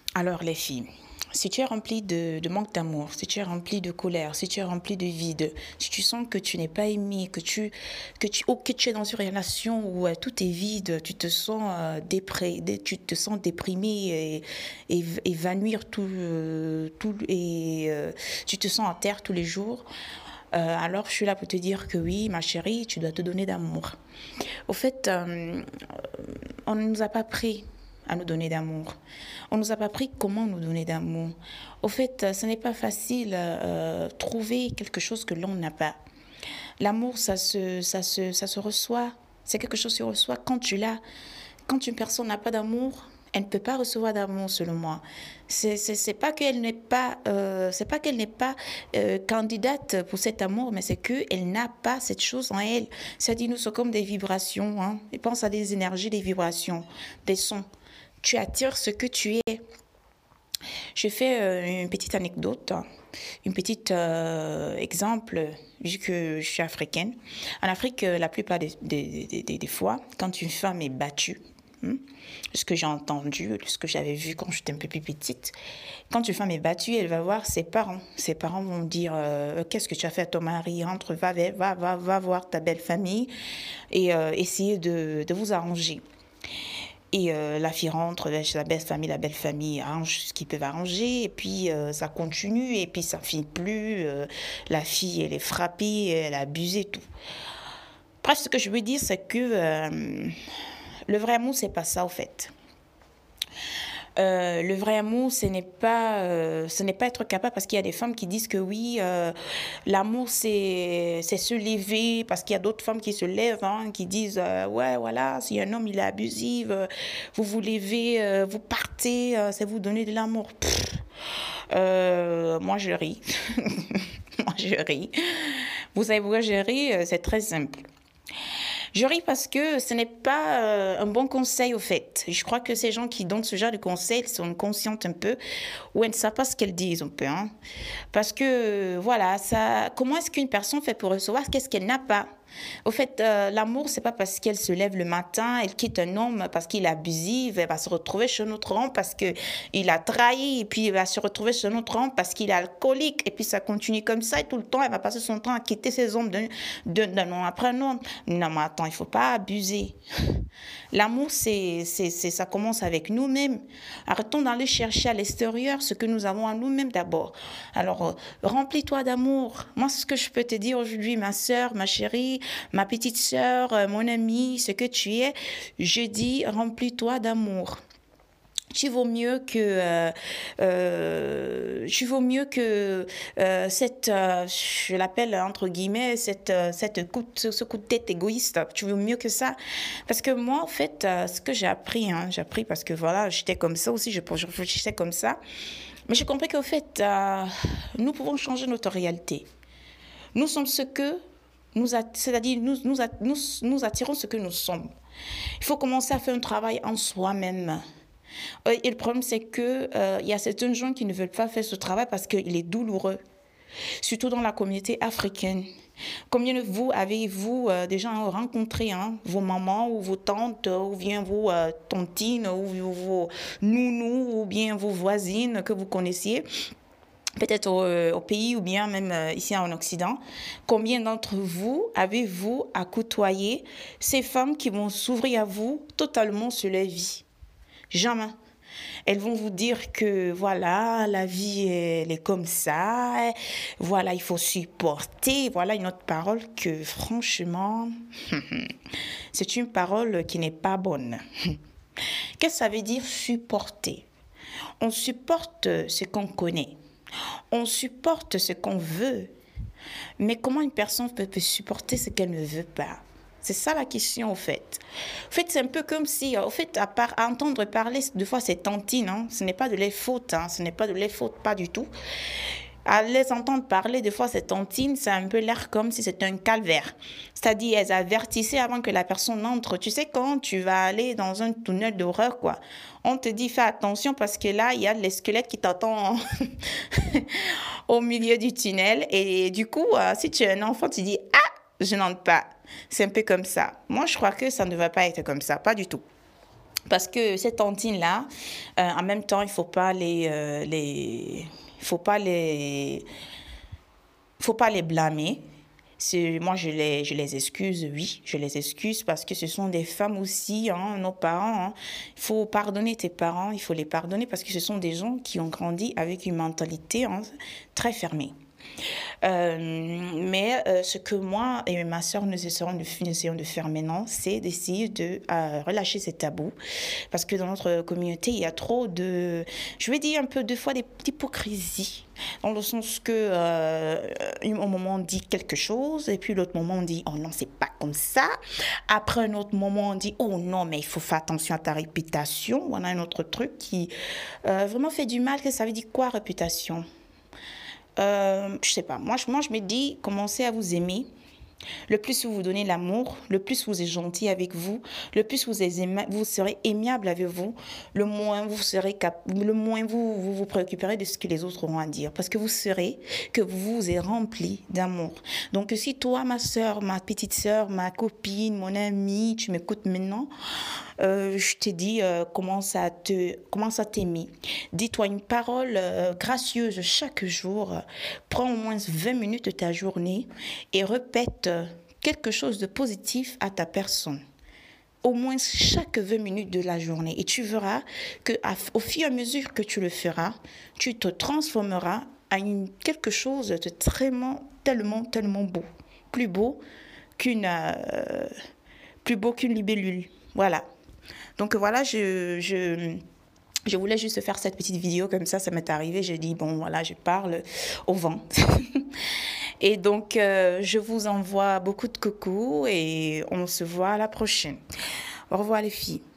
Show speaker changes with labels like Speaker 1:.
Speaker 1: Alors, les filles, si tu es remplie de manque d'amour, si tu es remplie de colère, si tu es remplie de vide, si tu sens que tu n'es pas aimée, que tu es dans une relation où tout est vide, tu te sens, tu te sens déprimée et évanouir tu te sens en terre tous les jours, alors je suis là pour te dire que oui, ma chérie, tu dois te donner d'amour. Au fait, on ne nous a pas pris à nous donner d'amour. On ne nous a pas appris comment nous donner d'amour. Au fait, ce n'est pas facile trouver quelque chose que l'on n'a pas. L'amour, ça se reçoit. C'est quelque chose qui se reçoit quand tu l'as. Quand une personne n'a pas d'amour, elle ne peut pas recevoir d'amour, selon moi. C'est pas qu'elle n'est pas, c'est pas qu'elle n'est pas candidate pour cet amour, mais c'est qu'elle n'a pas cette chose en elle. C'est-à-dire, nous sommes comme des vibrations. Hein. Et pense à des énergies, des vibrations, des sons. Tu attires ce que tu es. Je fais une petite anecdote, une petite exemple, vu que je suis africaine. En Afrique, la plupart des fois, quand une femme est battue, ce que j'ai entendu, ce que j'avais vu quand j'étais un peu plus petite, quand une femme est battue, elle va voir ses parents. Ses parents vont dire qu'est-ce que tu as fait à ton mari, rentre, va voir ta belle famille et essayer de vous arranger. Et la fille rentre chez la belle famille arrange ce qu'ils peuvent arranger, et puis ça continue, et puis ça finit plus. La fille, elle est frappée, elle a abusé, tout. Bref, ce que je veux dire, c'est que le vrai amour, c'est pas ça, au fait. Le vrai amour, ce n'est pas être capable, parce qu'il y a des femmes qui disent que oui, l'amour c'est se lever, parce qu'il y a d'autres femmes qui se lèvent, hein, qui disent ouais, voilà, si un homme il est abusif, vous vous levez, vous partez, c'est vous donner de l'amour. Moi je ris. Moi je ris. Vous savez pourquoi je ris? C'est très simple. Je ris parce que ce n'est pas un bon conseil au fait. Je crois que ces gens qui donnent ce genre de conseils sont conscientes un peu ou elles ne savent pas ce qu'elles disent un peu. Hein. Parce que voilà, ça, comment est-ce qu'une personne fait pour recevoir qu'est-ce qu'elle n'a pas? Au fait, l'amour, c'est pas parce qu'elle se lève le matin, elle quitte un homme parce qu'il est abusif, elle va se retrouver chez un autre homme parce qu'il a trahi, et puis elle va se retrouver chez un autre homme parce qu'il est alcoolique, et puis ça continue comme ça, et tout le temps, elle va passer son temps à quitter ses hommes d'un homme après un autre. Non, mais attends, il faut pas abuser. L'amour, ça commence avec nous-mêmes. Arrêtons d'aller chercher à l'extérieur ce que nous avons en nous-mêmes d'abord. Alors, remplis-toi d'amour. Moi, ce que je peux te dire aujourd'hui, ma soeur, ma chérie, ma petite soeur, mon amie, ce que tu es, je dis, remplis-toi d'amour. Tu vaux mieux que je l'appelle entre guillemets, ce coup de tête égoïste. Tu vaux mieux que ça. Parce que moi, en fait, ce que j'ai appris parce que voilà, j'étais comme ça aussi, je réfléchissais comme ça. Mais j'ai compris qu'au fait, nous pouvons changer notre réalité. Nous sommes ce que c'est-à-dire nous attirons ce que nous sommes. Il faut commencer à faire un travail en soi-même. Et le problème, c'est que y a certains gens qui ne veulent pas faire ce travail parce qu'il est douloureux, surtout dans la communauté africaine. Combien de vous avez-vous déjà rencontré vos mamans ou vos tantes ou bien vos tontines ou vos nounous ou bien vos voisines que vous connaissiez peut-être au pays ou bien même ici en Occident, combien d'entre vous avez-vous à côtoyer ces femmes qui vont s'ouvrir à vous totalement sur leur vie? Jamais. Elles vont vous dire que voilà, la vie elle est comme ça, voilà, il faut supporter. Voilà une autre parole que franchement, c'est une parole qui n'est pas bonne. Qu'est-ce que ça veut dire supporter? On supporte ce qu'on connaît. On supporte ce qu'on veut. Mais comment une personne peut supporter ce qu'elle ne veut pas? C'est ça la question, au fait. En fait, c'est un peu comme si, au fait, à entendre parler, des fois, c'est tantine, hein. Ce n'est pas de leur faute, hein. Ce n'est pas de leur faute, pas du tout. À les entendre parler, des fois, ces tantines, ça a un peu l'air comme si c'était un calvaire. C'est-à-dire, elles avertissaient avant que la personne entre. Tu sais, quand tu vas aller dans un tunnel d'horreur, quoi, on te dit, fais attention parce que là, il y a les squelettes qui t'attendent au milieu du tunnel. Et du coup, si tu es un enfant, tu dis, ah, je n'entre pas. C'est un peu comme ça. Moi, je crois que ça ne va pas être comme ça, pas du tout. Parce que ces tantines-là, en même temps, il ne faut pas faut pas les blâmer. Moi, je les excuse, oui, je les excuse parce que ce sont des femmes aussi, hein, nos parents. Hein. Il faut pardonner tes parents, il faut les pardonner parce que ce sont des gens qui ont grandi avec une mentalité, hein, très fermée. Mais ce que moi et ma soeur nous essayons de faire maintenant, c'est d'essayer de relâcher ces tabous. Parce que dans notre communauté, il y a trop de, je vais dire un peu deux fois d'hypocrisie. Dans le sens que, un moment on dit quelque chose, et puis l'autre moment on dit, oh non, c'est pas comme ça. Après un autre moment on dit, oh non, mais il faut faire attention à ta réputation. On a un autre truc qui vraiment fait du mal, que ça veut dire quoi, réputation? Je sais pas. Moi, je me dis, commencez à vous aimer. Le plus vous vous donnez l'amour, le plus vous êtes gentil avec vous, le plus vous serez aimable avec vous, le moins vous préoccuperez de ce que les autres auront à dire. Parce que vous serez que vous vous êtes rempli d'amour. Donc, si toi, ma soeur, ma petite soeur, ma copine, mon amie, tu m'écoutes maintenant, je te dis, commence à t'aimer. Dis-toi une parole gracieuse chaque jour. Prends au moins 20 minutes de ta journée et répète quelque chose de positif à ta personne. Au moins chaque 20 minutes de la journée. Et tu verras qu'au fur et à mesure que tu le feras, tu te transformeras en quelque chose de tellement beau. Plus beau qu'une libellule. Voilà. Donc voilà, je voulais juste faire cette petite vidéo comme ça m'est arrivé. J'ai dit, bon voilà, je parle au vent. Et donc, je vous envoie beaucoup de coucou et on se voit à la prochaine. Au revoir les filles.